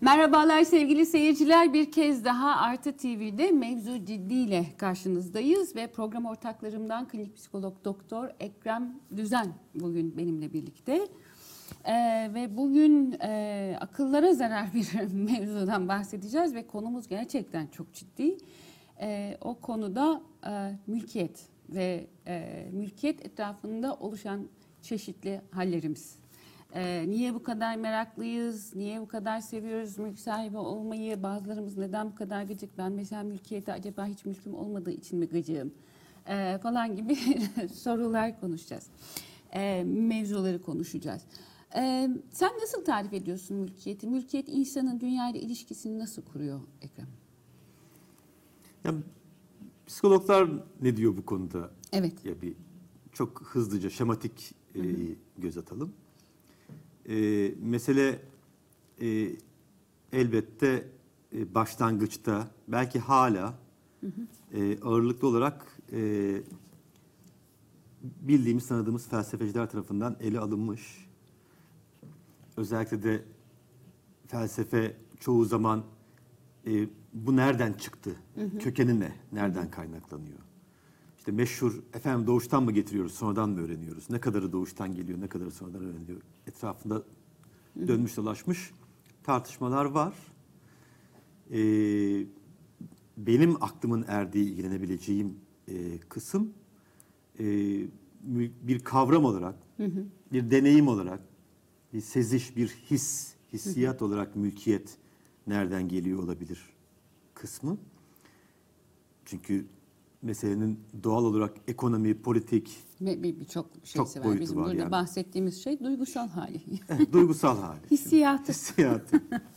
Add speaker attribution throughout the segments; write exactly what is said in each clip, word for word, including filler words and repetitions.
Speaker 1: Merhabalar sevgili seyirciler. Bir kez daha Artı T V'de Mevzu Ciddi ile karşınızdayız ve program ortaklarımdan klinik psikolog doktor Ekrem Düzen bugün benimle birlikte. Ee, ve bugün e, akıllara zarar bir mevzudan bahsedeceğiz ve konumuz gerçekten çok ciddi. Ee, o konuda e, mülkiyet ve e, mülkiyet etrafında oluşan çeşitli hallerimiz. Ee, niye bu kadar meraklıyız, niye bu kadar seviyoruz mülk sahibi olmayı, bazılarımız neden bu kadar gıcık, ben mesela mülkiyete acaba hiç mülküm olmadığı için mi gıcığım ee, falan gibi sorular konuşacağız, ee, mevzuları konuşacağız. Ee, sen nasıl tarif ediyorsun mülkiyeti? Mülkiyet insanın dünyayla ilişkisini nasıl kuruyor Ekrem?
Speaker 2: Ya, psikologlar ne diyor bu konuda?
Speaker 1: Evet.
Speaker 2: Ya bir çok hızlıca şematik e, göz atalım. E, mesele e, elbette e, başlangıçta belki hala hı hı. E, ağırlıklı olarak e, bildiğimiz, tanıdığımız felsefeciler tarafından ele alınmış. Özellikle de felsefe çoğu zaman e, bu nereden çıktı, hı hı. kökeni ne, nereden kaynaklanıyor? İşte meşhur, efendim doğuştan mı getiriyoruz, sonradan mı öğreniyoruz? Ne kadarı doğuştan geliyor, ne kadarı sonradan öğreniyor? Etrafında Hı-hı. dönmüş dolaşmış tartışmalar var. Ee, benim aklımın erdiği, ilgilenebileceğim e, kısım e, bir kavram olarak, Hı-hı. bir deneyim olarak, bir seziş, bir his, hissiyat Hı-hı. olarak mülkiyet nereden geliyor olabilir kısmı. Çünkü meselenin doğal olarak ekonomi, politik
Speaker 1: birçok şeysi
Speaker 2: çok
Speaker 1: var. Bizim
Speaker 2: var
Speaker 1: burada
Speaker 2: yani.
Speaker 1: bahsettiğimiz şey duygusal hali.
Speaker 2: Evet, duygusal hali.
Speaker 1: Hissiyatı.
Speaker 2: Hissiyatı.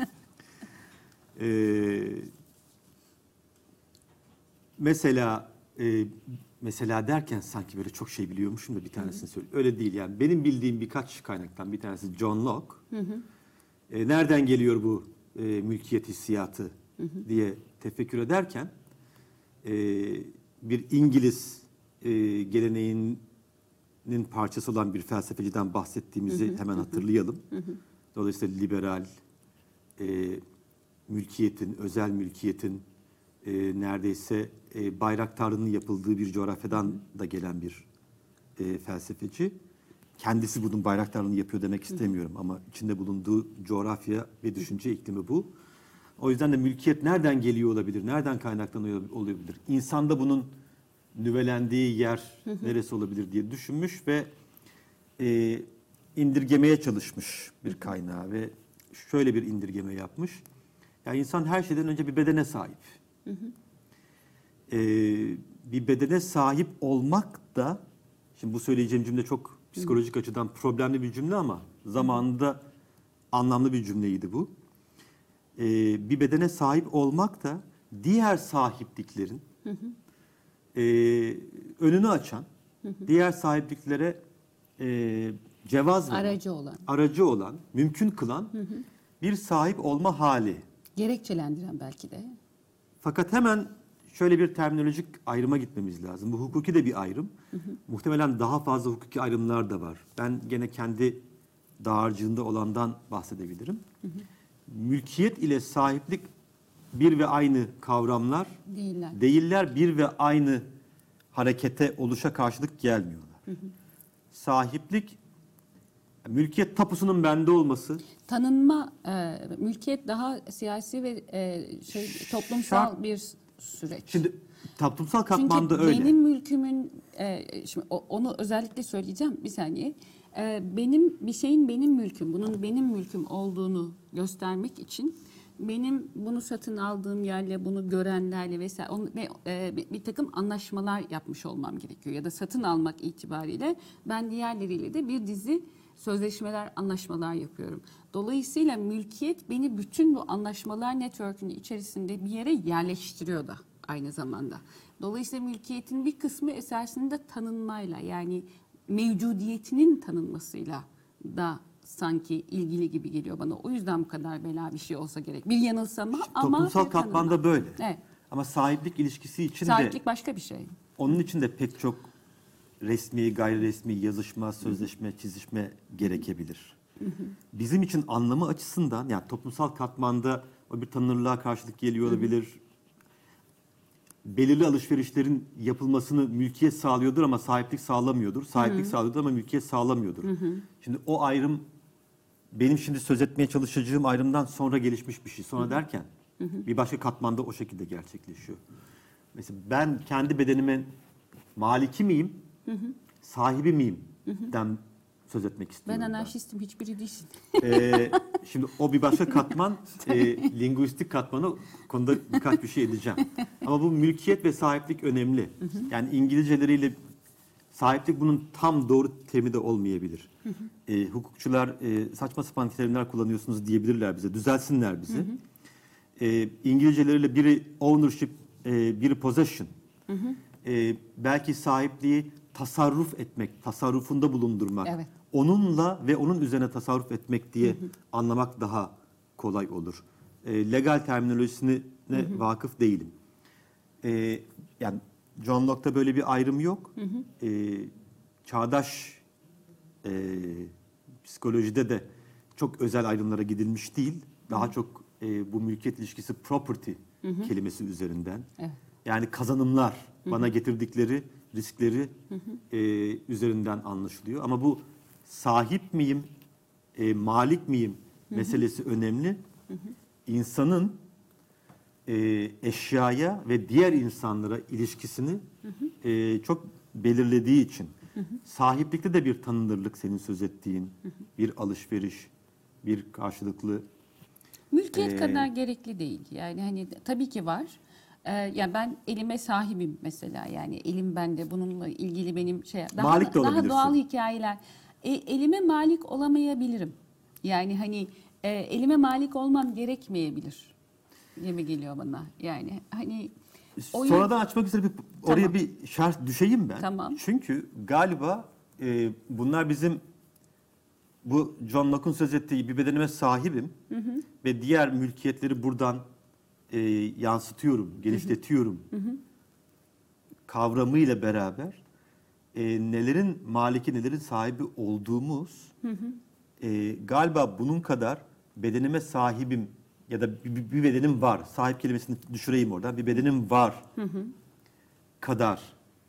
Speaker 2: ee, mesela e, mesela derken sanki böyle çok şey biliyormuşum da bir tanesini söyleyeyim. Öyle değil yani. Benim bildiğim birkaç kaynaktan bir tanesi John Locke. Hı hı. E, nereden geliyor bu e, mülkiyet hissiyatı hı hı. diye tefekkür ederken e, bir İngiliz e, geleneğinin parçası olan bir felsefeciden bahsettiğimizi hı hı, hemen hı. hatırlayalım. Hı hı. Dolayısıyla liberal, e, mülkiyetin, özel mülkiyetin e, neredeyse e, bayraktarlığının yapıldığı bir coğrafyadan hı hı. da gelen bir e, felsefeci. Kendisi bunun bayraktarlığını yapıyor demek istemiyorum hı hı. ama içinde bulunduğu coğrafya ve düşünce iklimi bu. O yüzden de mülkiyet nereden geliyor olabilir, nereden kaynaklanıyor olabilir? İnsanda bunun nüvelendiği yer hı hı. neresi olabilir diye düşünmüş ve e, indirgemeye çalışmış bir kaynağı ve şöyle bir indirgeme yapmış. Yani insan her şeyden önce bir bedene sahip. Hı hı. E, bir bedene sahip olmak da, şimdi bu söyleyeceğim cümle çok psikolojik hı. açıdan problemli bir cümle ama zamanında hı hı. anlamlı bir cümleydi bu. E, bir bedene sahip olmak da diğer sahipliklerin hı hı. E, önünü açan, hı hı. diğer sahipliklere e, cevaz veren,
Speaker 1: aracı olan,
Speaker 2: aracı olan, mümkün kılan hı hı. bir sahip olma hali.
Speaker 1: Gerekçelendiren belki de.
Speaker 2: Fakat hemen şöyle bir terminolojik ayrıma gitmemiz lazım. Bu hukuki de bir ayrım. Hı hı. Muhtemelen daha fazla hukuki ayrımlar da var. Ben gene kendi dağarcığında olandan bahsedebilirim. Hı hı. Mülkiyet ile sahiplik bir ve aynı kavramlar
Speaker 1: değiller.
Speaker 2: değiller. Bir ve aynı harekete, oluşa karşılık gelmiyorlar. Hı hı. Sahiplik, mülkiyet tapusunun bende olması.
Speaker 1: Tanınma, e, mülkiyet daha siyasi ve e, şey toplumsal Şart. bir süreç.
Speaker 2: Şimdi toplumsal katmanda
Speaker 1: Çünkü
Speaker 2: öyle.
Speaker 1: Çünkü benim mülkümün, e, şimdi onu özellikle söyleyeceğim bir saniye. E, benim bir şeyin benim mülküm, bunun benim mülküm olduğunu göstermek için benim bunu satın aldığım yerle, bunu görenlerle vesaire onu, ve e, bir, bir takım anlaşmalar yapmış olmam gerekiyor. Ya da satın almak itibariyle ben diğerleriyle de bir dizi sözleşmeler, anlaşmalar yapıyorum. Dolayısıyla mülkiyet beni bütün bu anlaşmalar network'ünün içerisinde bir yere yerleştiriyor da aynı zamanda. Dolayısıyla mülkiyetin bir kısmı esasında tanınmayla, yani mevcudiyetinin tanınmasıyla da sanki ilgili gibi geliyor bana. O yüzden bu kadar bela bir şey olsa gerek. Bir yanılsama
Speaker 2: İşte
Speaker 1: ama
Speaker 2: toplumsal katmanda böyle.
Speaker 1: Evet.
Speaker 2: Ama sahiplik ilişkisi için
Speaker 1: Sahiplik de
Speaker 2: Sahiplik
Speaker 1: başka bir şey.
Speaker 2: Onun için de pek çok resmi, gayri resmi yazışma, sözleşme, çizişme gerekebilir. Bizim için anlamı açısından, yani toplumsal katmanda o bir tanınırlığa karşılık geliyor olabilir. Belirli alışverişlerin yapılmasını mülkiyet sağlıyordur ama sahiplik sağlamıyordur. Sahiplik hı hı. sağlıyordur ama mülkiyet sağlamıyordur. Hı hı. Şimdi o ayrım benim şimdi söz etmeye çalışacağım ayrımdan sonra gelişmiş bir şey. Sonra hı hı. derken hı hı. bir başka katmanda o şekilde gerçekleşiyor. Mesela ben kendi bedenimin maliki miyim, hı hı. sahibi miyim hı hı. den söz etmek istiyorum.
Speaker 1: Ben anarşistim, ben. hiçbiri değilsin.
Speaker 2: Ee, şimdi o bir başka katman, e, linguistik katmanı konuda birkaç bir şey edeceğim. Ama bu mülkiyet ve sahiplik önemli. Hı hı. Yani İngilizceleriyle sahiplik bunun tam doğru terimi de olmayabilir. Hı hı. E, hukukçular e, saçma sapan terimler kullanıyorsunuz diyebilirler bize, düzelsinler bizi. Hı hı. E, İngilizceleriyle biri ownership, e, biri possession. Hı hı. E, belki sahipliği tasarruf etmek, tasarrufunda bulundurmak. Evet. Onunla ve onun üzerine tasarruf etmek diye hı hı. anlamak daha kolay olur. E, legal terminolojisine hı hı. vakıf değilim. E, yani John Locke'ta böyle bir ayrım yok. Hı hı. E, çağdaş e, psikolojide de çok özel ayrımlara gidilmiş değil. Daha hı hı. çok e, bu mülkiyet ilişkisi property hı hı. kelimesi üzerinden. Evet. Yani kazanımlar, hı hı. bana getirdikleri riskleri hı hı. E, üzerinden anlaşılıyor. Ama bu sahip miyim, e, malik miyim hı hı. meselesi önemli. Hı hı. İnsanın e, eşyaya ve diğer insanlara ilişkisini hı hı. E, çok belirlediği için. Hı hı. Sahiplikte de bir tanınırlık, senin söz ettiğin, hı hı. bir alışveriş, bir karşılıklı.
Speaker 1: Mülkiyet e, kadar gerekli değil. Yani hani tabii ki var. Ee, yani ben elime sahibim mesela, yani elim bende, bununla ilgili benim şey daha,
Speaker 2: malik de
Speaker 1: daha doğal hikayeler. E, elime malik olamayabilirim. Yani hani e, elime malik olmam gerekmeyebilir gibi geliyor bana. Yani hani
Speaker 2: o sonradan açmak üzere bir, oraya tamam. bir şart düşeyim ben.
Speaker 1: Tamam.
Speaker 2: Çünkü galiba e, bunlar bizim bu John Locke'un söz ettiği bir bedenime sahibim hı hı. ve diğer mülkiyetleri buradan e, yansıtıyorum, genişletiyorum hı hı. kavramıyla beraber e, nelerin maliki, nelerin sahibi olduğumuz hı hı. E, galiba bunun kadar bedenime sahibim ya da bir, bir bedenim var, sahip kelimesini düşüreyim oradan, bir bedenim var hı hı. kadar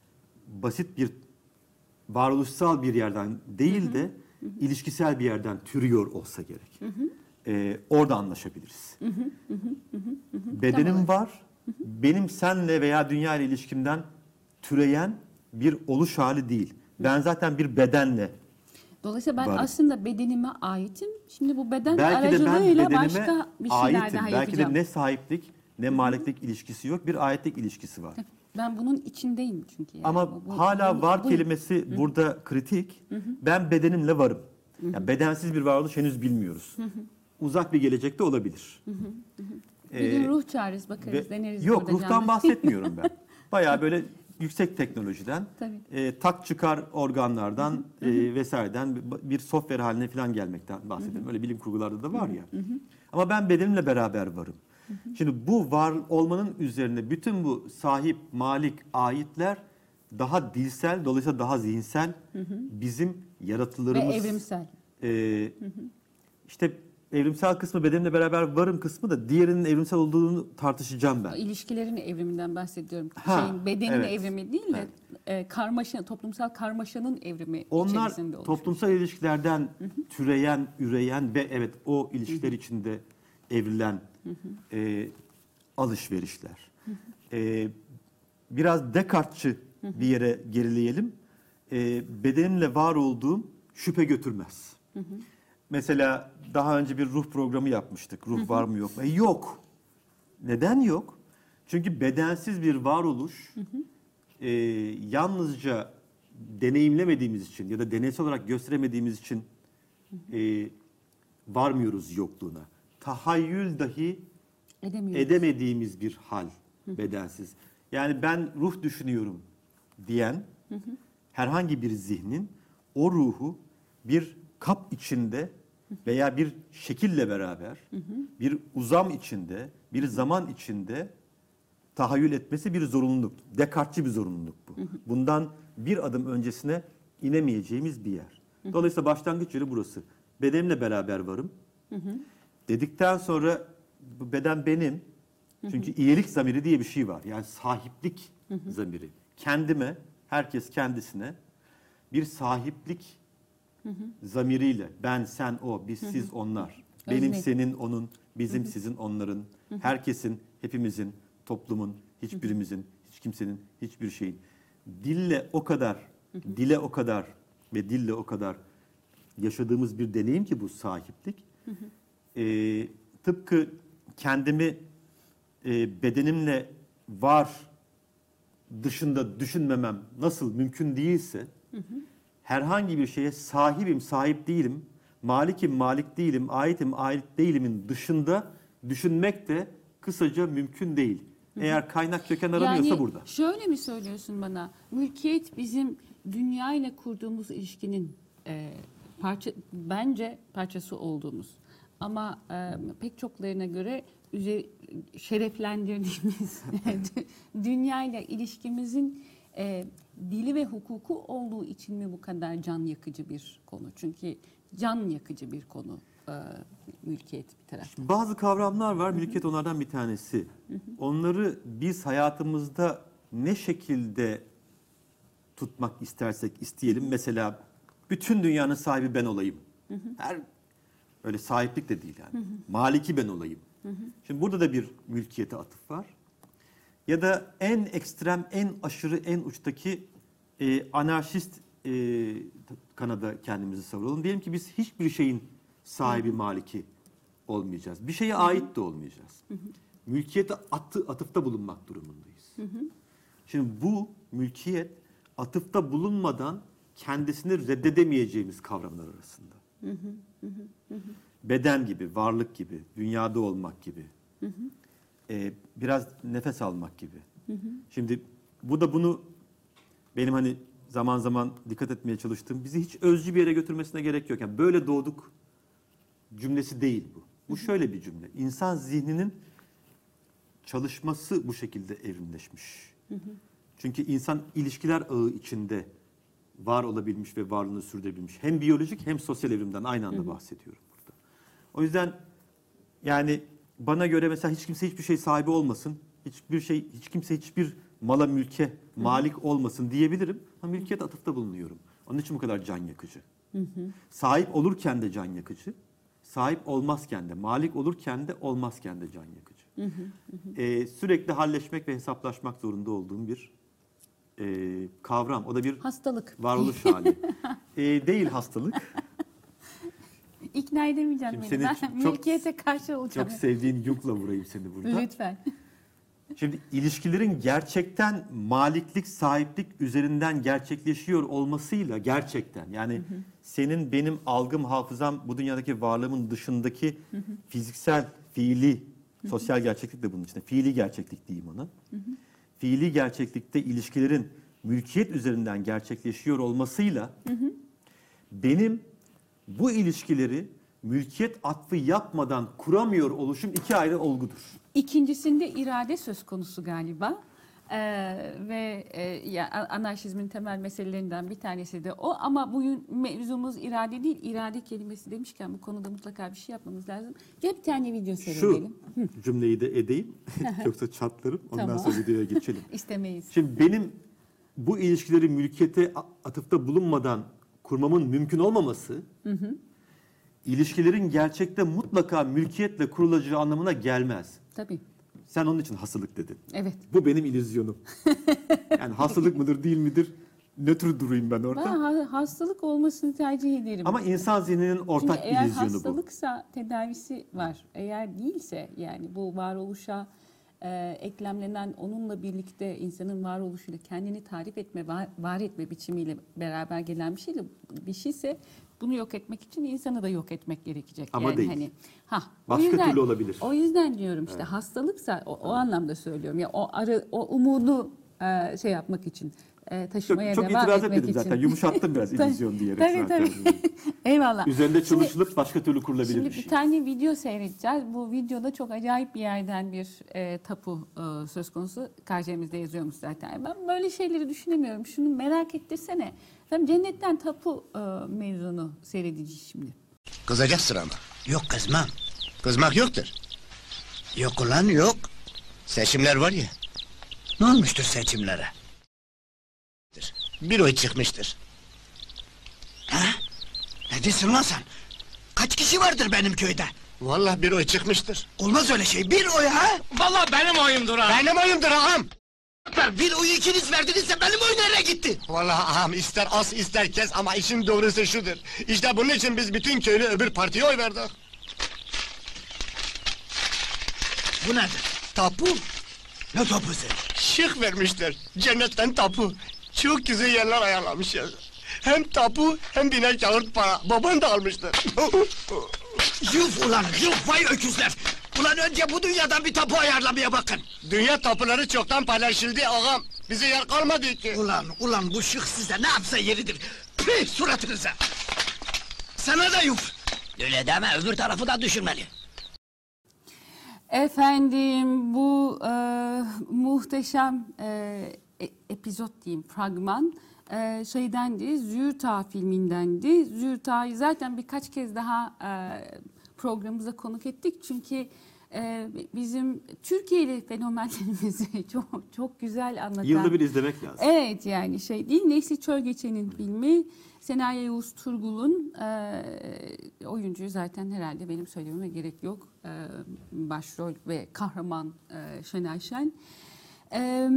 Speaker 2: basit bir varoluşsal bir yerden değil hı hı. de hı hı. ilişkisel bir yerden türüyor olsa gerek. Hı hı. Ee, orada anlaşabiliriz. Hı hı. Hı hı. Hı hı. Bedenim tamam. var, hı hı. benim senle veya dünya ile ilişkimden türeyen bir oluş hali değil. Ben zaten bir bedenle
Speaker 1: dolayısıyla ben
Speaker 2: varım.
Speaker 1: Aslında bedenime aitim. Şimdi bu beden
Speaker 2: belki
Speaker 1: aracılığıyla başka bir şeyler
Speaker 2: aitim.
Speaker 1: daha
Speaker 2: belki
Speaker 1: yapacağım.
Speaker 2: de ne sahiplik ne maliklik ilişkisi yok. Bir aitlik ilişkisi var.
Speaker 1: Ben bunun içindeyim çünkü. Yani.
Speaker 2: Ama
Speaker 1: bu, bu,
Speaker 2: hala
Speaker 1: bu,
Speaker 2: var
Speaker 1: bu,
Speaker 2: kelimesi hı. burada kritik. Hı hı. Ben bedenimle varım. Hı hı. Yani bedensiz bir varoluş henüz bilmiyoruz. Hı hı. Uzak bir gelecekte olabilir. Hı hı. Hı
Speaker 1: hı. Bir gün ruh çağırırız, bakarız, ve, deneriz.
Speaker 2: Yok, ruhtan canlı. bahsetmiyorum ben. Bayağı böyle yüksek teknolojiden, e, tak çıkar organlardan hı hı. E, vesaireden bir software haline falan gelmekten bahsediyorum. Hı hı. Öyle bilim kurgularda da var ya. Hı hı. Ama ben bedenimle beraber varım. Hı hı. Şimdi bu var olmanın üzerine bütün bu sahip, malik, aitler daha dilsel, dolayısıyla daha zihinsel hı hı. bizim yaratılarımız.
Speaker 1: Ve evrimsel.
Speaker 2: E, hı hı. İşte evrimsel kısmı, bedenimle beraber varım kısmı da diğerinin evrimsel olduğunu tartışacağım ben.
Speaker 1: İlişkilerin evriminden bahsediyorum.
Speaker 2: Ha,
Speaker 1: Şeyin, bedenin
Speaker 2: evet.
Speaker 1: evrimi değil de evet. e, karmaşa, toplumsal karmaşanın evrimi
Speaker 2: onlar
Speaker 1: içerisinde
Speaker 2: oluşuyor. Toplumsal ilişkilerden hı hı. türeyen, üreyen ve evet o ilişkiler hı hı. içinde evrilen hı hı. E, alışverişler. Hı hı. E, biraz Descartes'çı hı hı. bir yere gerileyelim. E, bedenimle var olduğum şüphe götürmez. Hı hı. Mesela daha önce bir ruh programı yapmıştık. Ruh hı hı. var mı yok mu? E, yok. Neden yok? Çünkü bedensiz bir varoluş hı hı. E, yalnızca deneyimlemediğimiz için ya da deneysel olarak gösteremediğimiz için hı hı. E, varmıyoruz yokluğuna. Tahayyül dahi edemediğimiz bir hal hı hı. bedensiz. Yani ben ruh düşünüyorum diyen hı hı. herhangi bir zihnin o ruhu bir kap içinde veya bir şekille beraber hı hı. bir uzam içinde, bir zaman içinde tahayyül etmesi bir zorunluluk. Descartes'çi bir zorunluluk bu. Hı hı. Bundan bir adım öncesine inemeyeceğimiz bir yer. Hı hı. Dolayısıyla başlangıç yeri burası. bedenimle beraber varım. Dedikten sonra bu beden benim. Çünkü iyilik zamiri diye bir şey var. Yani sahiplik zamiri. Kendime, herkes kendisine bir sahiplik zamiriyle ben, sen, o, biz, siz, onlar. Benim,
Speaker 1: Özne.
Speaker 2: senin, onun, bizim, sizin, onların. Herkesin, hepimizin, toplumun, hiçbirimizin, hiç kimsenin, hiçbir şeyin. Dille o kadar, dile o kadar ve dille o kadar yaşadığımız bir deneyim ki bu sahiplik. Ee, tıpkı kendimi e, bedenimle var dışında düşünmemem nasıl mümkün değilse, herhangi bir şeye sahibim, sahip değilim, malikim, malik değilim, aitim, ait değilimin dışında düşünmek de kısaca mümkün değil. Eğer kaynak köken aranıyorsa
Speaker 1: yani
Speaker 2: burada.
Speaker 1: Şöyle mi söylüyorsun bana? Mülkiyet bizim dünya ile kurduğumuz ilişkinin e, parça bence parçası olduğumuz. Ama e, pek çoklarına göre üzer, şereflendirdiğimiz dünya ile ilişkimizin e, dili ve hukuku olduğu için mi bu kadar can yakıcı bir konu? Çünkü can yakıcı bir konu e, mülkiyet bir taraftan.
Speaker 2: Bazı kavramlar var, mülkiyet onlardan bir tanesi. Onları biz hayatımızda ne şekilde tutmak istersek isteyelim. Mesela bütün dünyanın sahibi ben olayım. Her öyle sahiplik de değil yani. Maliki ben olayım. Şimdi burada da bir mülkiyete atıf var. Ya da en ekstrem, en aşırı, en uçtaki e, anarşist e, kanada kendimizi savuralım. Diyelim ki biz hiçbir şeyin sahibi, maliki olmayacağız. Bir şeye ait de olmayacağız. Mülkiyete atı, atıfta bulunmak durumundayız. Şimdi bu mülkiyet atıfta bulunmadan kendisini reddedemeyeceğimiz kavramlar arasında. Beden gibi, varlık gibi, dünyada olmak gibi, e, biraz nefes almak gibi. Şimdi bu da bunu benim hani zaman zaman dikkat etmeye çalıştığım, bizi hiç özcü bir yere götürmesine gerek yok. Yani böyle doğduk cümlesi değil bu. Bu şöyle bir cümle. İnsan zihninin çalışması bu şekilde evrimleşmiş. Çünkü insan ilişkiler ağı içinde var olabilmiş ve varlığını sürdürebilmiş. Hem biyolojik hem sosyal evrimden aynı anda bahsediyorum burada. O yüzden yani bana göre mesela hiç kimse hiçbir şey sahibi olmasın. Hiçbir şey, hiç kimse hiçbir mala mülke malik olmasın diyebilirim. Ama mülkiyet atıfta bulunuyorum. Onun için bu kadar can yakıcı. Sahip olurken de can yakıcı. Sahip olmazken de, malik olurken de olmazken de can yakıcı. Ee, sürekli halleşmek ve hesaplaşmak zorunda olduğum bir e, kavram. O da bir
Speaker 1: Hastalık.
Speaker 2: varoluş hali. Ee, değil hastalık.
Speaker 1: İkna edemeyeceğim
Speaker 2: Şimdi
Speaker 1: beni.
Speaker 2: seni
Speaker 1: Ben
Speaker 2: çok-
Speaker 1: mülkiyete karşı olacağım.
Speaker 2: Çok sevdiğin Jung'la vurayım seni burada.
Speaker 1: Lütfen.
Speaker 2: Şimdi ilişkilerin gerçekten maliklik, sahiplik üzerinden gerçekleşiyor olmasıyla gerçekten yani senin, benim algım, hafızam bu dünyadaki varlığımın dışındaki fiziksel, fiili, sosyal gerçeklik de bunun içinde. Fiili gerçeklik diyeyim ona. Fiili gerçeklikte ilişkilerin mülkiyet üzerinden gerçekleşiyor olmasıyla benim bu ilişkileri mülkiyet atfı yapmadan kuramıyor oluşum iki ayrı olgudur.
Speaker 1: İkincisinde irade söz konusu galiba. Ee, ve e, ya, anarşizmin temel meselelerinden bir tanesi de o. Ama bugün mevzumuz irade değil, irade kelimesi demişken bu konuda mutlaka bir şey yapmamız lazım. Gel bir tane video seyredelim.
Speaker 2: Şu cümleyi de edeyim. Yoksa çatlarım. Ondan
Speaker 1: Tamam.
Speaker 2: sonra videoya geçelim.
Speaker 1: İstemeyiz.
Speaker 2: Şimdi benim bu ilişkileri mülkiyete atıfta bulunmadan kurmamın mümkün olmaması, ilişkilerin gerçekte mutlaka mülkiyetle kurulacağı anlamına gelmez.
Speaker 1: Tabii.
Speaker 2: Sen onun için hastalık dedin.
Speaker 1: Evet.
Speaker 2: Bu benim illüzyonum. Yani hastalık mıdır değil midir? Nötr durayım ben orada.
Speaker 1: Ben ha- hastalık olmasını tercih ederim.
Speaker 2: Ama insan zihninin
Speaker 1: Çünkü
Speaker 2: ortak
Speaker 1: eğer
Speaker 2: illüzyonu bu.
Speaker 1: hastalıksa tedavisi var. Eğer değilse yani bu varoluşa e, eklemlenen onunla birlikte insanın varoluşuyla kendini tarif etme, var, var etme biçimiyle beraber gelen bir şeyle bir şeyse bunu yok etmek için insanı da yok etmek gerekecek.
Speaker 2: Ama
Speaker 1: yani
Speaker 2: değil.
Speaker 1: Hani, ha,
Speaker 2: Başka
Speaker 1: o yüzden,
Speaker 2: türlü olabilir.
Speaker 1: O yüzden diyorum işte hastalıksa o, o anlamda söylüyorum. Ya o arı o umudu e, şey yapmak için e,
Speaker 2: Çok,
Speaker 1: taşımaya
Speaker 2: çok
Speaker 1: devam
Speaker 2: itiraz
Speaker 1: etmek
Speaker 2: etmedim
Speaker 1: için.
Speaker 2: zaten. Yumuşattım biraz
Speaker 1: Tabii,
Speaker 2: illüzyon diyerek
Speaker 1: tabii,
Speaker 2: zaten.
Speaker 1: tabii. Eyvallah.
Speaker 2: Üzerinde
Speaker 1: Şimdi-
Speaker 2: çalışılıp başka türlü kurulabilir
Speaker 1: Şimdi
Speaker 2: bir
Speaker 1: bir
Speaker 2: şey.
Speaker 1: tane video seyredeceğiz. Bu videoda çok acayip bir yerden bir e, tapu e, söz konusu. Karşımızda yazıyormuş zaten. Ben böyle şeyleri düşünemiyorum. Şunu merak ettirsene. Efendim, cennetten tapu e, mevzunu seyredeceğiz şimdi.
Speaker 3: Kızacaksın ama.
Speaker 4: Yok kızmam.
Speaker 3: Kızmak yoktur.
Speaker 4: Yok ulan yok.
Speaker 3: Seçimler var ya.
Speaker 4: Ne olmuştur seçimlere?
Speaker 3: Bir oy çıkmıştır.
Speaker 4: Ha? Ne diyorsun lan sen? Kaç kişi vardır benim köyde?
Speaker 3: Vallahi bir oy çıkmıştır.
Speaker 4: Olmaz öyle şey. Bir oy ha?
Speaker 3: Vallahi benim oyumdur ha. Benim oyumdur ağam.
Speaker 4: Bir oyu ikiniz verdinizse benim oy nereye gitti?
Speaker 3: Vallahi ağam ister as ister kes ama işin doğrusu şudur. İşte bunun için biz bütün köylü öbür partiye oy verdik.
Speaker 4: Bu nedir?
Speaker 3: Tapu.
Speaker 4: Ne topusu?
Speaker 3: Şık vermişler. Cennetten tapu. Çok güzel yerler ayarlamışlar. Hem tapu hem bine kağıt para. Baban da almıştır.
Speaker 4: Yuf ulan yuf vay öküzler! Ulan önce bu dünyadan bir tapu ayarlamaya bakın!
Speaker 3: Dünya tapuları çoktan paylaşıldı ağam. Bize yer kalmadı ki.
Speaker 4: Ulan ulan bu şık size ne yapsa yeridir! Püh suratınıza! Sana da yuf! Öyle deme öbür tarafı da düşünmeli.
Speaker 1: Efendim bu e, muhteşem e, e- epizod diyeyim, fragman e, şeydendi, Züğürt filmindendi. Züğürt Ağa'yı zaten birkaç kez daha e, programımıza konuk ettik. Çünkü e, bizim Türkiye'li fenomenlerimizi çok çok güzel anlatan.
Speaker 2: Yılda bir izlemek lazım.
Speaker 1: Evet yani şey değil. Nesli Çölgeçen'in filmi. Senaryo Yavuz Turgul'un e, oyuncuyu zaten herhalde benim söylememe gerek yok. E, başrol ve kahraman e, Şener Şen. E,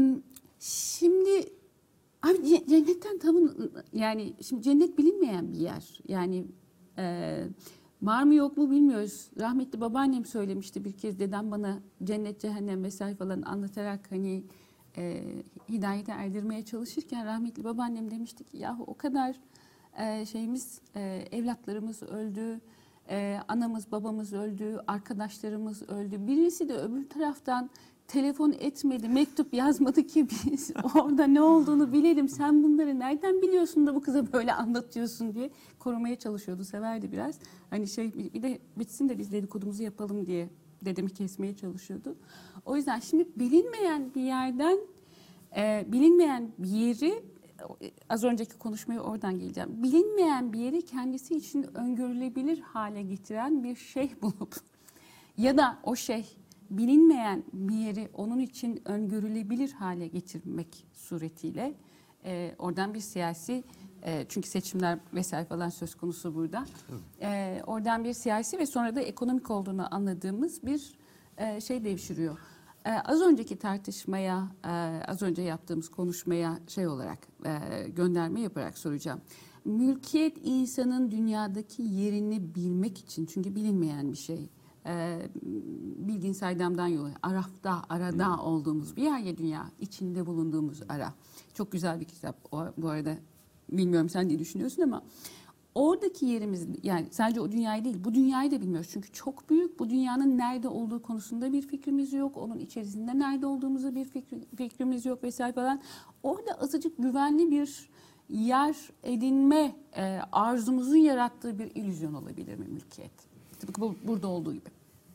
Speaker 1: şimdi abi ce- cennetten tavın yani şimdi cennet bilinmeyen bir yer. Yani e, var mı yok mu bilmiyoruz. Rahmetli babaannem söylemişti bir kez, dedem bana cennet cehennem vesaire falan anlatarak hani e, hidayete erdirmeye çalışırken rahmetli babaannem demişti ki yahu o kadar e, şeyimiz e, evlatlarımız öldü, e, anamız babamız öldü, arkadaşlarımız öldü. Birisi de öbür taraftan telefon etmedi, mektup yazmadı ki biz orada ne olduğunu bilelim. Sen bunları nereden biliyorsun da bu kıza böyle anlatıyorsun diye korumaya çalışıyordu, severdi biraz. Hani şey bir de bitsin de biz dedikodumuzu yapalım diye dedemi kesmeye çalışıyordu. O yüzden şimdi bilinmeyen bir yerden e, bilinmeyen bir yeri, az önceki konuşmaya oradan geleceğim. Bilinmeyen bir yeri kendisi için öngörülebilir hale getiren bir şey bulup ya da o şey bilinmeyen bir yeri onun için öngörülebilir hale getirmek suretiyle e, oradan bir siyasi e, çünkü seçimler vesaire falan söz konusu burada. E, oradan bir siyasi ve sonra da ekonomik olduğunu anladığımız bir e, şey devşiriyor. E, az önceki tartışmaya, e, az önce yaptığımız konuşmaya şey olarak e, gönderme yaparak soracağım. Mülkiyet insanın dünyadaki yerini bilmek için, çünkü bilinmeyen bir şey. Ee, bildiğin saydamdan yolu, arafta, arada hmm. olduğumuz bir yer ya dünya, içinde bulunduğumuz ara. Çok güzel bir kitap o, bu arada, bilmiyorum sen ne düşünüyorsun ama oradaki yerimiz, yani sadece o dünyayı değil, bu dünyayı da bilmiyoruz. Çünkü çok büyük, bu dünyanın nerede olduğu konusunda bir fikrimiz yok, onun içerisinde nerede olduğumuzu bir fikri, fikrimiz yok vesaire falan. Orada azıcık güvenli bir yer edinme e, arzumuzun yarattığı bir illüzyon olabilir mi mülkiyet? Tıpkı bu, burada olduğu gibi.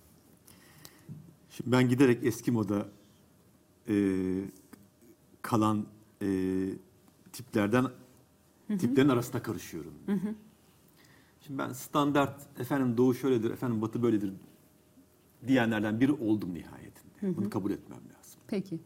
Speaker 2: Şimdi ben giderek eski moda e, kalan e, tiplerden hı hı. tiplerin arasında karışıyorum. Hı hı. Şimdi ben standart efendim doğu şöyledir, efendim batı böyledir diyenlerden biri oldum nihayetinde. Hı hı. Bunu kabul etmem lazım.
Speaker 1: Peki.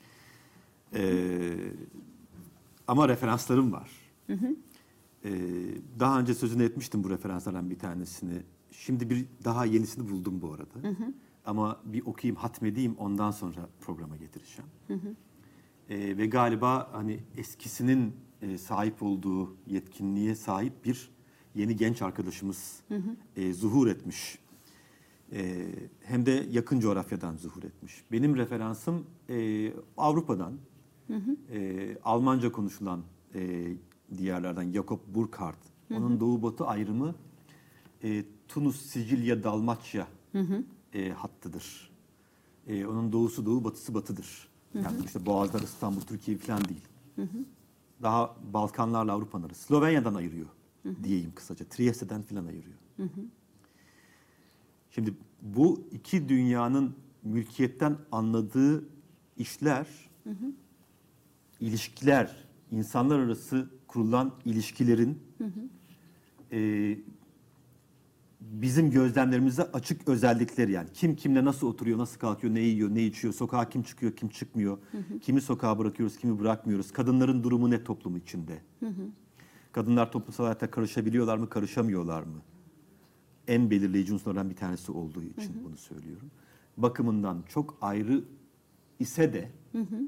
Speaker 2: E, ama referanslarım var. Hı hı. E, daha önce sözünü etmiştim bu referanslardan bir tanesini. Şimdi bir daha yenisini buldum bu arada. Hı hı. Ama bir okuyayım, hatmedeyim, ondan sonra programa getireceğim. Hı hı. Ee, ve galiba hani eskisinin e, sahip olduğu yetkinliğe sahip bir yeni genç arkadaşımız hı hı. E, zuhur etmiş. E, hem de yakın coğrafyadan zuhur etmiş. Benim referansım e, Avrupa'dan, hı hı. E, Almanca konuşulan e, diyarlardan Jakob Burckhardt. Hı hı. Onun doğu-batı ayrımı E, Tunus, Sicilya, Dalmaçya hı hı. E, hattıdır. E, onun doğusu doğu, batısı batıdır. Hı hı. Yani işte Boğazlar, İstanbul, Türkiye falan değil. Hı hı. Daha Balkanlarla Avrupa'nın arası. Slovenya'dan ayırıyor hı hı. diyeyim kısaca. Trieste'den falan ayırıyor. Hı hı. Şimdi bu iki dünyanın mülkiyetten anladığı işler, hı hı. ilişkiler, insanlar arası kurulan ilişkilerin hı hı. E, bizim gözlemlerimize açık özellikleri yani. Kim kimle nasıl oturuyor, nasıl kalkıyor, ne yiyor, ne içiyor, sokağa kim çıkıyor, kim çıkmıyor, hı hı. kimi sokağa bırakıyoruz, kimi bırakmıyoruz. Kadınların durumu ne toplum içinde? Hı hı. Kadınlar toplumsal hayata karışabiliyorlar mı, karışamıyorlar mı? En belirleyici unsurlardan bir tanesi olduğu için hı hı. bunu söylüyorum. Bakımından çok ayrı ise de hı hı.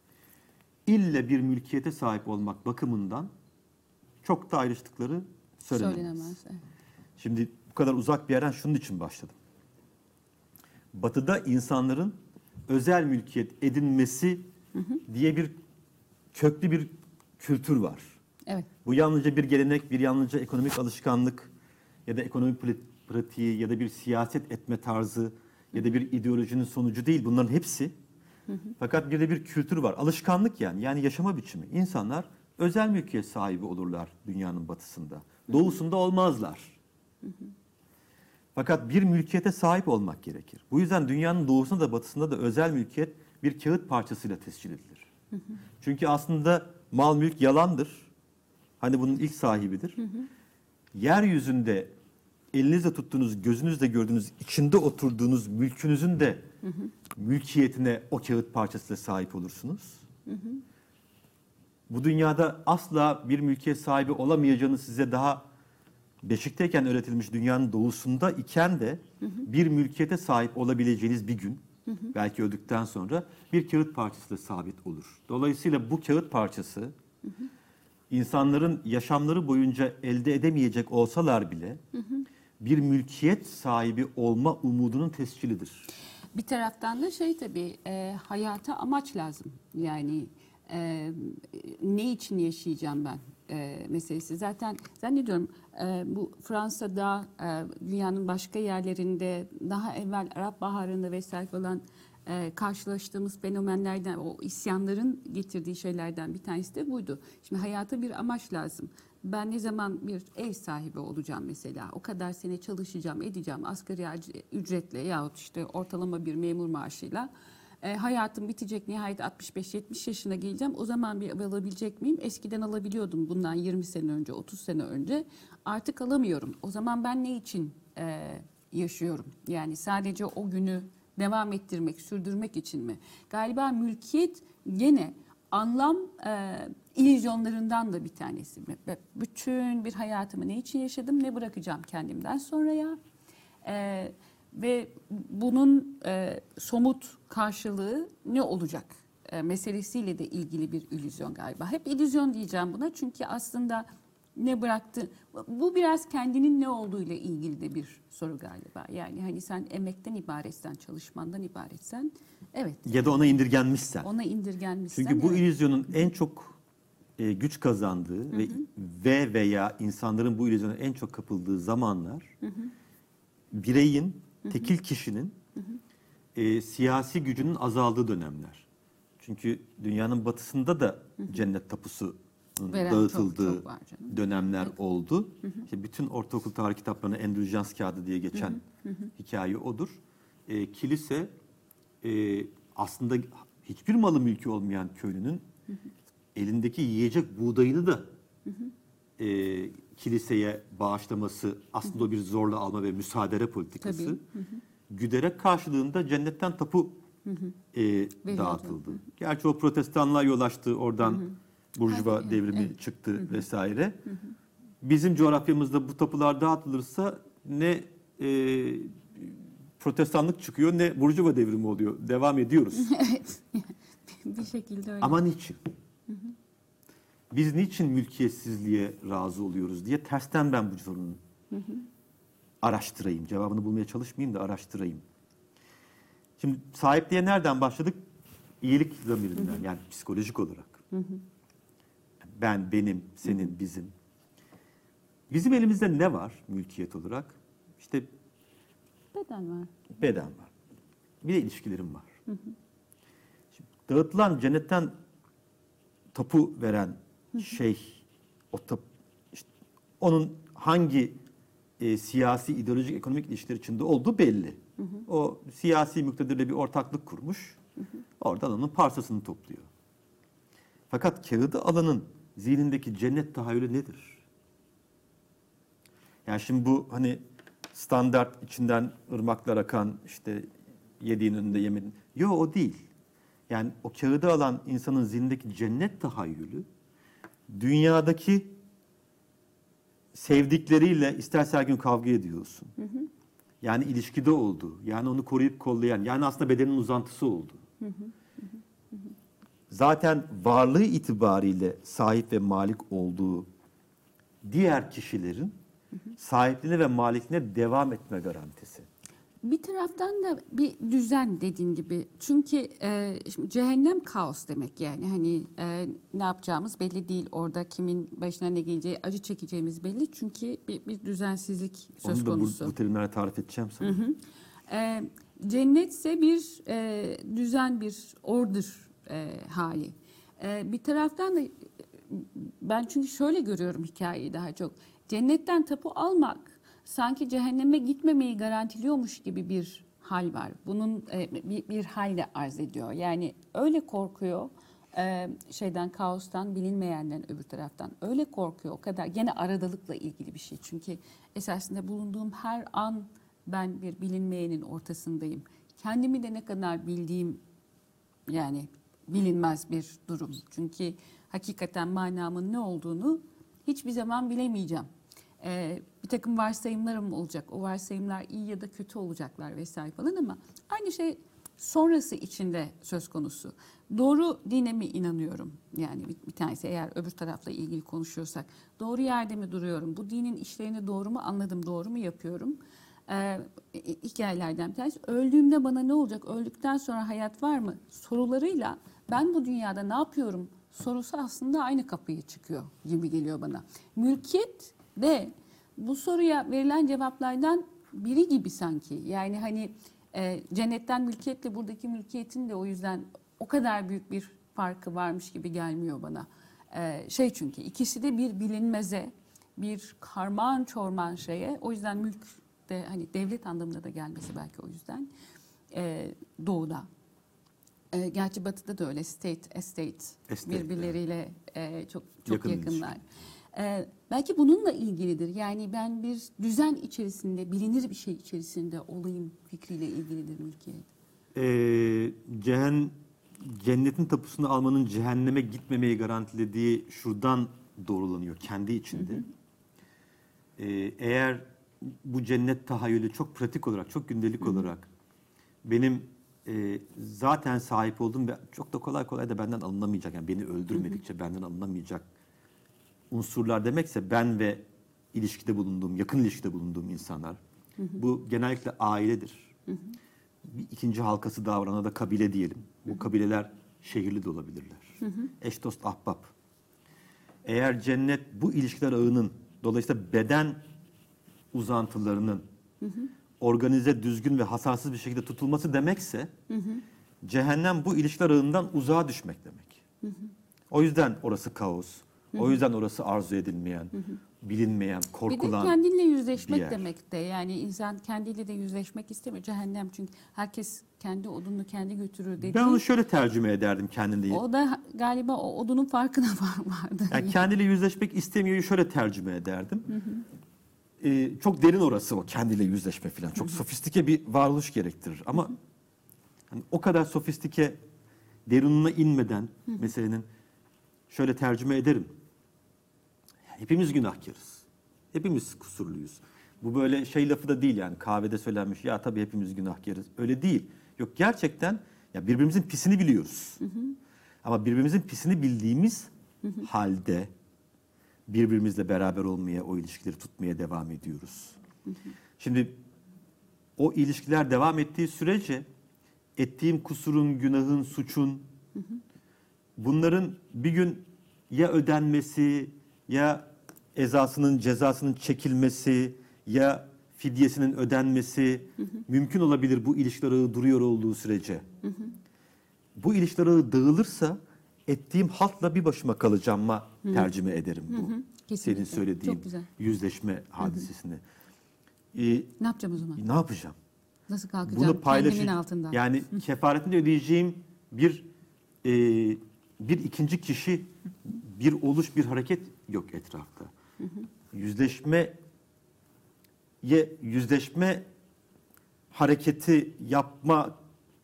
Speaker 2: ille bir mülkiyete sahip olmak bakımından çok da ayrıştıkları söylenemez.
Speaker 1: Söylenemez. Evet.
Speaker 2: Şimdi bu kadar uzak bir yerden şunun için başladım. Batı'da insanların özel mülkiyet edinmesi hı hı. diye bir köklü bir kültür var.
Speaker 1: Evet.
Speaker 2: Bu yalnızca bir gelenek, bir yalnızca ekonomik alışkanlık ya da ekonomik pratiği ya da bir siyaset etme tarzı ya da bir ideolojinin sonucu değil. Bunların hepsi. Hı hı. Fakat bir de bir kültür var. Alışkanlık yani. Yani yaşama biçimi. İnsanlar özel mülkiyet sahibi olurlar dünyanın batısında. Doğusunda olmazlar. Hı hı. Fakat bir mülkiyete sahip olmak gerekir. Bu yüzden dünyanın doğusunda da batısında da özel mülkiyet bir kağıt parçasıyla tescil edilir. Hı hı. Çünkü aslında mal mülk yalandır. Hani bunun ilk sahibidir. Hı hı. Yeryüzünde elinizle tuttuğunuz, gözünüzle gördüğünüz, içinde oturduğunuz mülkünüzün de hı hı. mülkiyetine o kağıt parçasıyla sahip olursunuz. Hı hı. Bu dünyada asla bir mülkiyet sahibi olamayacağını size daha beşikteyken öğretilmiş dünyanın doğusunda iken de hı hı. bir mülkiyete sahip olabileceğiniz bir gün, hı hı. belki öldükten sonra bir kağıt parçasıyla sabit olur. Dolayısıyla bu kağıt parçası hı hı. insanların yaşamları boyunca elde edemeyecek olsalar bile hı hı. bir mülkiyet sahibi olma umudunun tescilidir.
Speaker 1: Bir taraftan da şey tabii e, hayata amaç lazım. Yani e, ne için yaşayacağım ben e, meselesi. Zaten zannediyorum e, bu Fransa'da, e, dünyanın başka yerlerinde daha evvel Arap Baharı'nda vesaire falan e, karşılaştığımız fenomenlerden, o isyanların getirdiği şeylerden bir tanesi de buydu. Şimdi hayata bir amaç lazım. Ben ne zaman bir ev sahibi olacağım mesela, o kadar sene çalışacağım, edeceğim asgari ücretle yahut işte ortalama bir memur maaşıyla. E, hayatım bitecek, nihayet altmış beş yetmiş yaşına geleceğim. O zaman bir ev alabilecek miyim? Eskiden alabiliyordum, bundan yirmi sene önce, otuz sene önce. Artık alamıyorum. O zaman ben ne için e, yaşıyorum? Yani sadece o günü devam ettirmek, sürdürmek için mi? Galiba mülkiyet gene anlam e, illüzyonlarından da bir tanesi. Bütün bir hayatımı ne için yaşadım, ne bırakacağım kendimden sonraya? E, ve bunun e, somut karşılığı ne olacak e, meselesiyle de ilgili bir illüzyon galiba. Hep illüzyon diyeceğim buna çünkü aslında ne bıraktı? Bu biraz kendinin ne olduğuyla ilgili de bir soru galiba. Yani hani sen emekten ibaretsen, çalışmandan ibaretsen, evet.
Speaker 2: Ya da ona indirgenmişsen.
Speaker 1: Ona indirgenmişsen.
Speaker 2: Çünkü bu
Speaker 1: evet.
Speaker 2: illüzyonun en çok e, güç kazandığı hı hı. ve ve veya insanların bu illüzyona en çok kapıldığı zamanlar hı hı. bireyin, hı hı. tekil kişinin hı hı. E, siyasi gücünün azaldığı dönemler. Çünkü dünyanın batısında da hı hı. cennet tapusu Veren dağıtıldığı çok, çok dönemler evet. oldu. Hı hı. İşte bütün ortaokul tarih kitaplarına Andrew Jans kağıdı diye geçen hı hı. hikaye odur. E, kilise e, aslında hiçbir malı mülkü olmayan köylünün hı hı. elindeki yiyecek buğdayını da hı hı. E, kiliseye bağışlaması aslında hı hı. o bir zorla alma ve müsaade politikası. Hı hı. Güderek karşılığında cennetten tapu hı hı. E, dağıtıldı. Hı hı. Gerçi o protestanlığa yol açtı oradan. Hı hı. Burjuva Hadi, devrimi evet. çıktı hı hı. vesaire. Hı hı. Bizim coğrafyamızda bu tapular dağıtılırsa ne e, protestanlık çıkıyor ne burjuva devrimi oluyor. Devam ediyoruz.
Speaker 1: Evet. Bir şekilde öyle.
Speaker 2: Ama niçin? Hı hı. Biz niçin mülkiyetsizliğe razı oluyoruz diye tersten ben bu sorunu hı hı. araştırayım. Cevabını bulmaya çalışmayayım da araştırayım. Şimdi sahipliğe nereden başladık? İyilik zamirinden hı hı. yani psikolojik olarak. Hı hı. Ben, benim, senin, hı hı. bizim. Bizim elimizde ne var mülkiyet olarak? İşte
Speaker 1: beden var.
Speaker 2: Beden var. Bir de ilişkilerim var. Hı hı. Şimdi, dağıtılan cennetten tapu veren hı hı. şey, o tap, işte, onun hangi e, siyasi, ideolojik, ekonomik ilişkiler içinde olduğu belli. Hı hı. O siyasi müktedirle bir ortaklık kurmuş. Hı hı. Oradan onun parsasını topluyor. Fakat kağıdı alanın zihnindeki cennet tahayyülü nedir? Yani şimdi bu hani standart içinden ırmaklar akan, işte yediğin önünde yemedin. Yok, o değil. Yani o kağıdı alan insanın zihnindeki cennet tahayyülü dünyadaki sevdikleriyle isterse her gün kavga ediyorsun. Hı hı. Yani ilişkide olduğu, yani onu koruyup kollayan, yani aslında bedenin uzantısı olduğu. Hı hı. Hı hı. Zaten varlığı itibariyle sahip ve malik olduğu diğer kişilerin hı hı. sahipliğine ve malikliğine devam etme garantisi.
Speaker 1: Bir taraftan da bir düzen dediğin gibi. Çünkü e, şimdi cehennem kaos demek yani. Hani e, ne yapacağımız belli değil. Orada kimin başına ne geleceği, acı çekeceğimiz belli. Çünkü bir, bir düzensizlik söz
Speaker 2: Onu da
Speaker 1: konusu.
Speaker 2: bu, bu terimlerle tarif edeceğim sana.
Speaker 1: Hı hı. E, cennetse bir e, düzen, bir order e, hali. E, bir taraftan da ben çünkü şöyle görüyorum hikayeyi daha çok. Cennetten tapu almak sanki cehenneme gitmemeyi garantiliyormuş gibi bir hal var. Bunun e, bir, bir halle arz ediyor. Yani öyle korkuyor e, şeyden, kaostan, bilinmeyenden öbür taraftan. Öyle korkuyor o kadar. Gene aradalıkla ilgili bir şey. Çünkü esasında bulunduğum her an ben bir bilinmeyenin ortasındayım. Kendimi de ne kadar bildiğim yani bilinmez bir durum. Çünkü hakikaten manamın ne olduğunu hiçbir zaman bilemeyeceğim. Ee, bir takım varsayımlarım olacak. O varsayımlar iyi ya da kötü olacaklar vesaire falan ama aynı şey sonrası içinde söz konusu. Doğru dine mi inanıyorum? Yani bir, bir tanesi eğer öbür tarafla ilgili konuşuyorsak. Doğru yerde mi duruyorum? Bu dinin işlerini doğru mu anladım, doğru mu yapıyorum? Ee, hikayelerden bir tanesi. Öldüğümde bana ne olacak? Öldükten sonra hayat var mı? Sorularıyla ben bu dünyada ne yapıyorum? Sorusu aslında aynı kapıya çıkıyor gibi geliyor bana. Mülkiyet de bu soruya verilen cevaplardan biri gibi sanki. Yani hani e, cennetten mülkiyetle buradaki mülkiyetin de o yüzden o kadar büyük bir farkı varmış gibi gelmiyor bana. E, şey çünkü ikisi de bir bilinmeze, bir karman çorman şeye. O yüzden mülk de hani devlet anlamında da gelmesi belki o yüzden e, doğuda. E, gerçi batıda da öyle state, estate,
Speaker 2: Estate,
Speaker 1: birbirleriyle e, çok çok
Speaker 2: Yakın
Speaker 1: yakınlar. E, belki bununla ilgilidir. Yani ben bir düzen içerisinde, bilinir bir şey içerisinde olayım fikriyle ilgilidir mülkiyet.
Speaker 2: Ee, cehen, cennetin tapusunu almanın cehenneme gitmemeyi garantilediği şuradan doğrulanıyor kendi içinde. Hı hı. Ee, eğer bu cennet tahayyülü çok pratik olarak, çok gündelik hı hı. olarak benim e, zaten sahip olduğum ve çok da kolay kolay da benden alınamayacak, yani beni öldürmedikçe hı hı. benden alınamayacak unsurlar demekse ben ve ilişkide bulunduğum, yakın ilişkide bulunduğum insanlar. Hı hı. Bu genellikle ailedir. Hı hı. Bir ikinci halkası davranana da kabile diyelim. Bu hı hı. kabileler şehirli de olabilirler. Hı hı. Eş, dost, ahbap. Eğer cennet bu ilişkiler ağının, dolayısıyla beden uzantılarının hı hı. organize, düzgün ve hasarsız bir şekilde tutulması demekse, hı hı. cehennem bu ilişkiler ağından uzağa düşmek demek. Hı hı. O yüzden orası kaos. Hı hı. O yüzden orası arzu edilmeyen, hı hı. bilinmeyen, korkulan
Speaker 1: bir de kendinle yüzleşmek
Speaker 2: yer.
Speaker 1: demek de. Yani insan kendiyle de yüzleşmek istemiyor. Cehennem çünkü herkes kendi odununu kendi götürür dediği.
Speaker 2: Ben onu şöyle tercüme ederdim kendimle.
Speaker 1: O da galiba o odunun farkına var vardı.
Speaker 2: Yani kendiyle yüzleşmek istemiyor, şöyle tercüme ederdim. Hı hı. Ee, çok derin orası o kendiyle yüzleşme falan. Çok hı hı. sofistike bir varoluş gerektirir. Ama hı hı. Hani o kadar sofistike derinine inmeden hı hı. meselenin şöyle tercüme ederim. Hepimiz günahkarız. Hepimiz kusurluyuz. Bu böyle şey lafı da değil yani kahvede söylenmiş ya tabii hepimiz günahkarız. Öyle değil. Yok gerçekten ya birbirimizin pisini biliyoruz. Hı hı. Ama birbirimizin pisini bildiğimiz hı hı. halde birbirimizle beraber olmaya, o ilişkileri tutmaya devam ediyoruz. Hı hı. Şimdi o ilişkiler devam ettiği sürece ettiğim kusurun, günahın, suçun hı hı. bunların bir gün ya ödenmesi, ya ezasının, cezasının çekilmesi, ya fidyesinin ödenmesi hı hı. mümkün olabilir bu ilişkiler ağı duruyor olduğu sürece. Hı hı. Bu ilişkiler ağı dağılırsa ettiğim haltla bir başıma kalacağıma hı. tercüme ederim bu. Hı hı. Senin söylediğin yüzleşme hadisesini. Ee,
Speaker 1: ne yapacağım o zaman?
Speaker 2: Ne yapacağım?
Speaker 1: Nasıl kalkacağım bunu kendimin altından?
Speaker 2: Yani kefaretini ödeyeceğim bir e, bir ikinci kişi, bir oluş, bir hareket yok etrafta. Hı hı. Yüzleşme yüzleşme hareketi yapma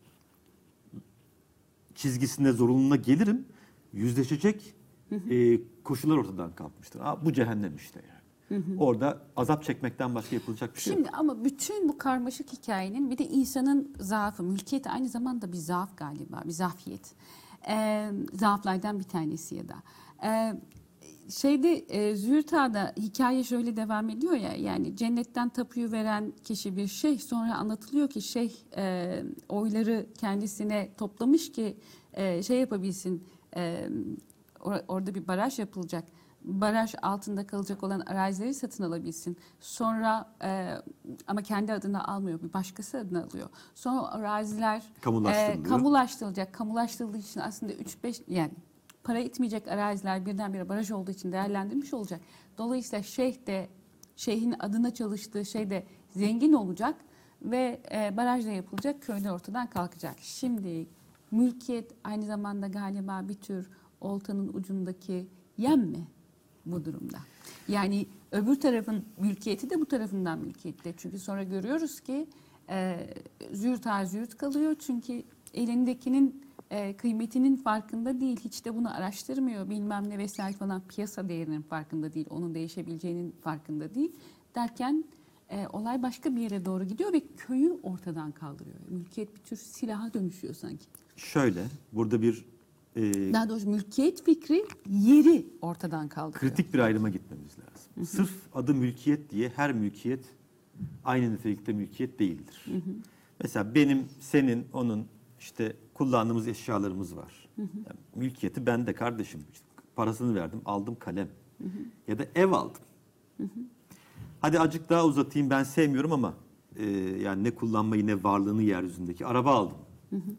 Speaker 2: çizgisinde zorunluluğuna gelirim. Yüzleşecek e, koşullar ortadan kalkmıştır. Aa, bu cehennem işte yani. Hı hı. Orada azap çekmekten başka yapılacak bir şey
Speaker 1: Şimdi
Speaker 2: yok.
Speaker 1: ama bütün bu karmaşık hikayenin bir de insanın zaafı, mülkiyet aynı zamanda bir zaaf galiba, bir zafiyet. Ee, zaaflardan bir tanesi ya da. Ee, şeyde e, Züğürt Ağa'da hikaye şöyle devam ediyor ya, yani cennetten tapuyu veren kişi bir şeyh, sonra anlatılıyor ki şeyh e, oyları kendisine toplamış ki e, şey yapabilsin, e, or- orada bir baraj yapılacak. Baraj altında kalacak olan arazileri satın alabilsin. Sonra e, ama kendi adına almıyor, bir başkası adına alıyor. Sonra araziler
Speaker 2: Kamulaştırılıyor.
Speaker 1: e, kamulaştırılacak. Kamulaştırıldığı için aslında üç beş yani para etmeyecek araziler birdenbire baraj olduğu için değerlendirilmiş olacak. Dolayısıyla şeyh de, şeyhin adına çalıştığı şey de zengin olacak ve e, barajla yapılacak, köyler ortadan kalkacak. Şimdi mülkiyet aynı zamanda galiba bir tür oltanın ucundaki yem mi bu durumda? Yani öbür tarafın mülkiyeti de bu tarafından mülkiyette. Çünkü sonra görüyoruz ki e, züğürt ağa züğürt kalıyor. Çünkü elindekinin e, kıymetinin farkında değil. Hiç de bunu araştırmıyor. Bilmem ne vesaire falan, piyasa değerinin farkında değil. Onun değişebileceğinin farkında değil. Derken e, olay başka bir yere doğru gidiyor ve köyü ortadan kaldırıyor. Mülkiyet bir tür silaha dönüşüyor sanki.
Speaker 2: Şöyle, burada bir e,
Speaker 1: Daha doğrusu mülkiyet fikri yeri ortadan kaldırıyor.
Speaker 2: kritik bir ayrıma gitmemiz lazım. Hı hı. Sırf adı mülkiyet diye her mülkiyet aynı nitelikte mülkiyet değildir. Hı hı. Mesela benim, senin, onun işte kullandığımız eşyalarımız var. Hı hı. Yani mülkiyeti bende kardeşim. İşte parasını verdim, aldım kalem. Hı hı. Ya da ev aldım. Hı hı. Hadi azıcık daha uzatayım, ben sevmiyorum ama e, yani ne kullanmayı ne varlığını yeryüzündeki araba aldım. Hı hı.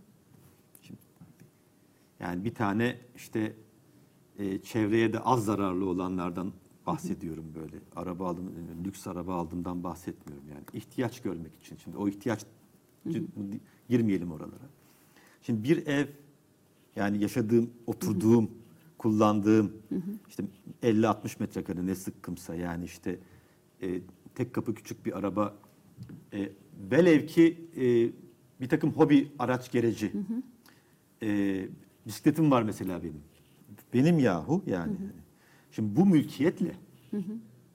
Speaker 2: Yani bir tane işte e, çevreye de az zararlı olanlardan bahsediyorum böyle. Araba aldım, e, lüks araba aldığımdan bahsetmiyorum yani. İhtiyaç görmek için. Şimdi o ihtiyaç girmeyelim oralara. Şimdi bir ev, yani yaşadığım, oturduğum, kullandığım işte elli altmış metrekare ne sıkkımsa, yani işte e, tek kapı küçük bir araba, e, velev ki e, bir takım hobi araç gereci. E, bisikletim var mesela benim. Benim yahu yani. Hı hı. Şimdi bu mülkiyetle hı hı.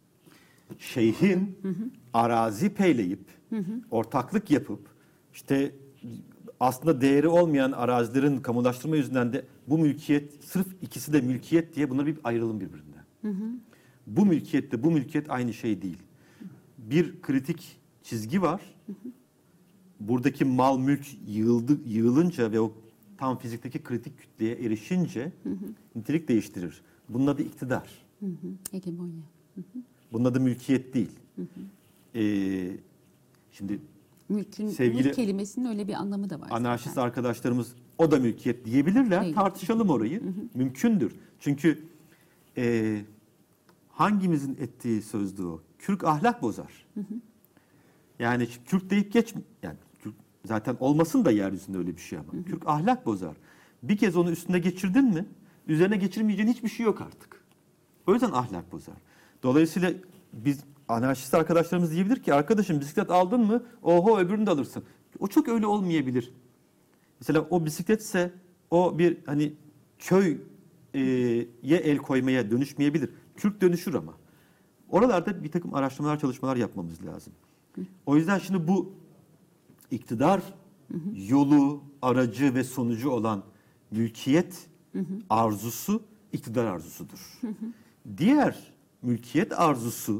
Speaker 2: şeyhin hı hı. arazi peyleyip hı hı. ortaklık yapıp işte aslında değeri olmayan arazilerin kamulaştırma yüzünden de bu mülkiyet, sırf ikisi de mülkiyet diye bunları bir ayıralım birbirinden. Hı hı. Bu mülkiyetle bu mülkiyet aynı şey değil. Bir kritik çizgi var. Hı hı. Buradaki mal mülk yığıldı, yığılınca ve o tam fizikteki kritik kütleye erişince hı hı. nitelik değiştirir. Bunun adı iktidar.
Speaker 1: Hı hı. Hegemonya. Hı hı.
Speaker 2: Bunun adı mülkiyet değil. Hı hı. Ee, şimdi
Speaker 1: Mülkün,
Speaker 2: sevgili
Speaker 1: mülk kelimesinin öyle bir anlamı da var.
Speaker 2: anarşist
Speaker 1: zaten.
Speaker 2: arkadaşlarımız o da mülkiyet diyebilirler.
Speaker 1: Değil.
Speaker 2: Tartışalım orayı. Hı hı. Mümkündür. Çünkü e, hangimizin ettiği sözdü o? Kürk ahlak bozar. Hı hı. Yani kürk deyip geç, yani kürk zaten olmasın da yeryüzünde öyle bir şey ama. Hı hı. Kürk ahlak bozar. Bir kez onu üstüne geçirdin mi, üzerine geçirmeyeceğin hiçbir şey yok artık. O yüzden ahlak bozar. Dolayısıyla biz anarşist arkadaşlarımız diyebilir ki, arkadaşım bisiklet aldın mı, oho öbürünü de alırsın. O çok öyle olmayabilir. Mesela o bisikletse o bir hani köye el koymaya dönüşmeyebilir. Kürk dönüşür ama. Oralarda bir takım araştırmalar, çalışmalar yapmamız lazım. O yüzden şimdi bu iktidar yolu, aracı ve sonucu olan mülkiyet arzusu iktidar arzusudur. Diğer mülkiyet arzusu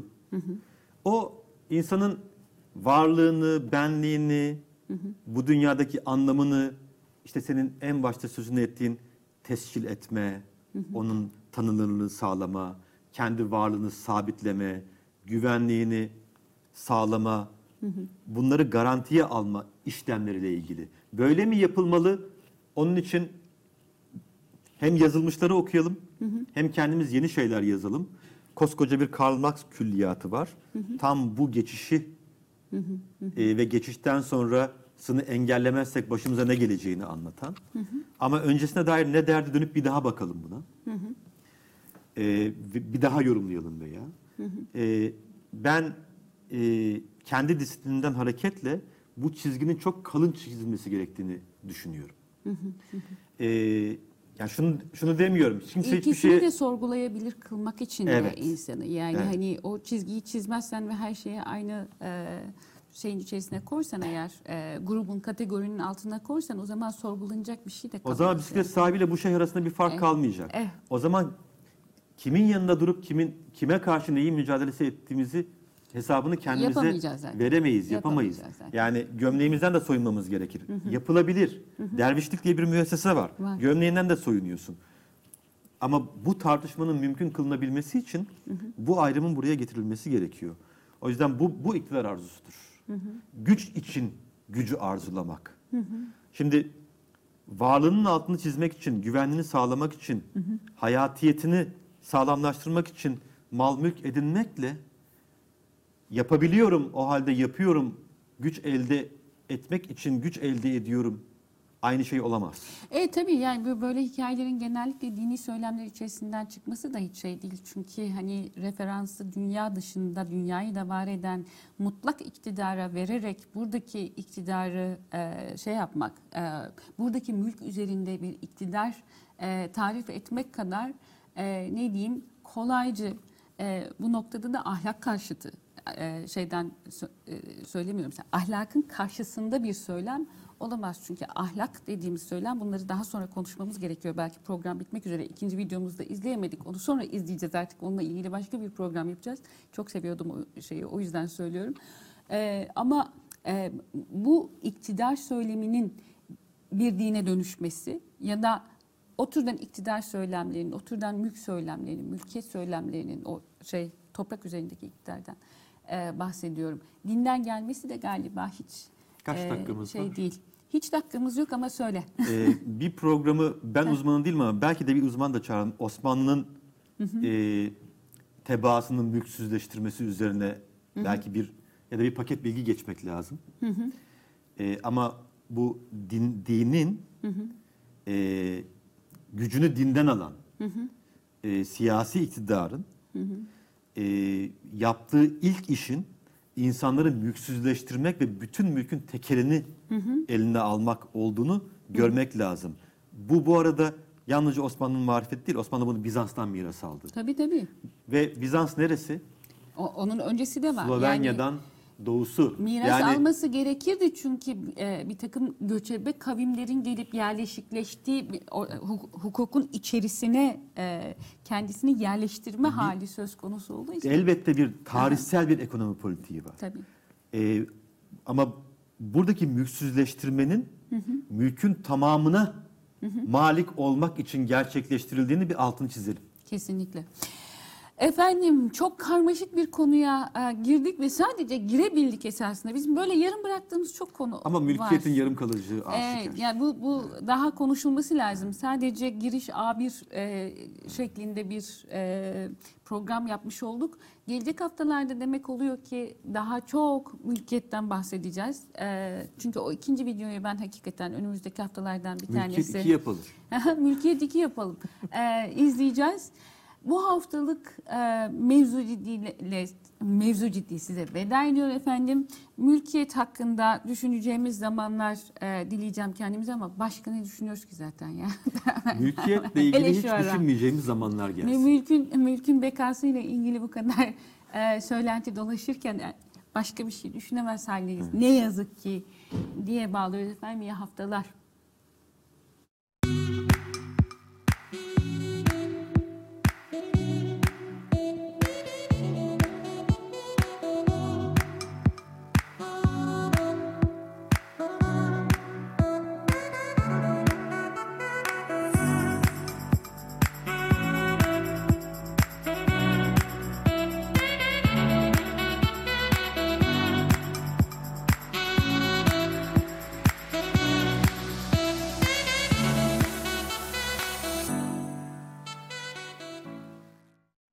Speaker 2: o insanın varlığını, benliğini, bu dünyadaki anlamını, işte senin en başta sözünü ettiğin tescil etme, onun tanınırlığını sağlama, kendi varlığını sabitleme, güvenliğini sağlama, hı hı. bunları garantiye alma işlemleriyle ilgili. Böyle mi yapılmalı? Onun için hem yazılmışları okuyalım, hı hı. hem kendimiz yeni şeyler yazalım. Koskoca bir Karl Marx külliyatı var. Hı hı. Tam bu geçişi hı hı. Hı hı. E, ve geçişten sonrasını engellemezsek başımıza ne geleceğini anlatan. Hı hı. Ama öncesine dair ne derdi dönüp bir daha bakalım buna. Hı hı. E, bir daha yorumlayalım veya. Hı hı. E, ben e, kendi disiplininden hareketle bu çizginin çok kalın çizilmesi gerektiğini düşünüyorum. Ee, yani şunu şunu demiyorum. Kimse hiçbir
Speaker 1: İlkisini
Speaker 2: şeye
Speaker 1: de sorgulayabilir kılmak için
Speaker 2: Evet.
Speaker 1: de insanı. Yani
Speaker 2: Evet.
Speaker 1: hani o çizgiyi çizmezsen ve her şeyi aynı e, şeyin içerisine koysan eğer, e, grubun, kategorinin altına koysan o zaman sorgulanacak bir şey de
Speaker 2: o
Speaker 1: kalmaz.
Speaker 2: zaman bisiklet sahibiyle bu şey arasında bir fark
Speaker 1: Evet.
Speaker 2: kalmayacak.
Speaker 1: Evet.
Speaker 2: O zaman kimin yanında durup kimin kime karşı neyin mücadelesi ettiğimizi hesabını kendimize
Speaker 1: Yapamayacağız zaten.
Speaker 2: veremeyiz, yapamayız.
Speaker 1: Yapamayacağız zaten.
Speaker 2: Yani gömleğimizden de soyunmamız gerekir. Yapılabilir. Dervişlik diye bir müessese var.
Speaker 1: Var.
Speaker 2: Gömleğinden de soyunuyorsun. Ama bu tartışmanın mümkün kılınabilmesi için bu ayrımın buraya getirilmesi gerekiyor. O yüzden bu bu iktidar arzusudur. Güç için gücü arzulamak. Şimdi varlığının altını çizmek için, güvenliğini sağlamak için, hayatiyetini sağlamlaştırmak için mal mülk edinmekle yapabiliyorum, o halde yapıyorum, güç elde etmek için güç elde ediyorum aynı şey olamaz.
Speaker 1: E tabii yani bu böyle hikayelerin genellikle dini söylemler içerisinden çıkması da hiç şey değil. Çünkü hani referansı dünya dışında dünyayı da var eden mutlak iktidara vererek buradaki iktidarı e, şey yapmak, e, buradaki mülk üzerinde bir iktidar e, tarif etmek kadar e, ne diyeyim kolaycı, e, bu noktada da ahlak karşıtı e, şeyden sö- e, söylemiyorum. Mesela ahlakın karşısında bir söylem olamaz. Çünkü ahlak dediğimiz söylem, bunları daha sonra konuşmamız gerekiyor. Belki program bitmek üzere. İkinci videomuzda izleyemedik. Onu sonra izleyeceğiz artık. Onunla ilgili başka bir program yapacağız. Çok seviyordum o şeyi. O yüzden söylüyorum. Ee, ama e, bu iktidar söyleminin bir dine dönüşmesi ya da o türden iktidar söylemlerinin, o türden mülk söylemlerinin, mülkiyet söylemlerinin, o şey toprak üzerindeki iktidardan e, bahsediyorum. Dinden gelmesi de galiba hiç
Speaker 2: Kaç
Speaker 1: e,
Speaker 2: dakikamız
Speaker 1: şey
Speaker 2: var?
Speaker 1: değil. Hiç dakikamız yok ama söyle.
Speaker 2: Ee, bir programı ben uzmanı değilim ama belki de bir uzman da çağırın. Osmanlı'nın e, tebaasının mülksüzleştirmesi üzerine belki bir ya da bir paket bilgi geçmek lazım. E, ama bu din, dinin e, gücünü dinden alan e, siyasi iktidarın e, yaptığı ilk işin insanları mülksüzleştirmek ve bütün mülkün tekelini eline almak olduğunu görmek lazım. Bu bu arada yalnızca Osmanlı'nın marifeti değil, Osmanlı bunu Bizans'tan miras aldı.
Speaker 1: Tabii tabii.
Speaker 2: Ve Bizans neresi?
Speaker 1: O, onun öncesi de var.
Speaker 2: Slovenya'dan doğusu.
Speaker 1: Miras
Speaker 2: yani
Speaker 1: alması gerekirdi çünkü e, bir takım göçebe kavimlerin gelip yerleşikleştiği bir- o, hu- hukukun içerisine e, kendisini yerleştirme hali söz konusu olduğu için.
Speaker 2: elbette bir tarihsel bir ekonomi politiği var.
Speaker 1: Tabii.
Speaker 2: Ee, ama buradaki mülksüzleştirmenin mülkün tamamına malik olmak için gerçekleştirildiğini bir altını çizelim.
Speaker 1: Kesinlikle. Efendim çok karmaşık bir konuya e, girdik ve sadece girebildik esasında. Bizim böyle yarım bıraktığımız çok konu
Speaker 2: Ama
Speaker 1: var.
Speaker 2: mülkiyetin yarım kalıcı aşikar.
Speaker 1: Evet, yani bu bu daha konuşulması lazım. Sadece giriş A bir e, şeklinde bir e, program yapmış olduk. Gelecek haftalarda demek oluyor ki daha çok mülkiyetten bahsedeceğiz. E, çünkü o ikinci videoyu ben hakikaten önümüzdeki haftalardan bir
Speaker 2: Mülkiyet
Speaker 1: tanesi.
Speaker 2: iki yapılır.
Speaker 1: Mülkiyet iki yapalım. E, izleyeceğiz. Bu haftalık e, mevzu ciddiyle mevzu ciddi size veda ediyor efendim. Mülkiyet hakkında düşüneceğimiz zamanlar e, dileyeceğim kendimize ama başka ne düşünüyoruz ki zaten ya.
Speaker 2: Mülkiyetle
Speaker 1: Hele
Speaker 2: ilgili hiç
Speaker 1: şu ara.
Speaker 2: düşünmeyeceğimiz zamanlar gelsin.
Speaker 1: Mülkün mülkün bekasıyla ilgili bu kadar e, söylenti dolaşırken e, başka bir şey düşünemez haldeyiz. Ne yazık ki diye bağlıyoruz efendim. İyi haftalar.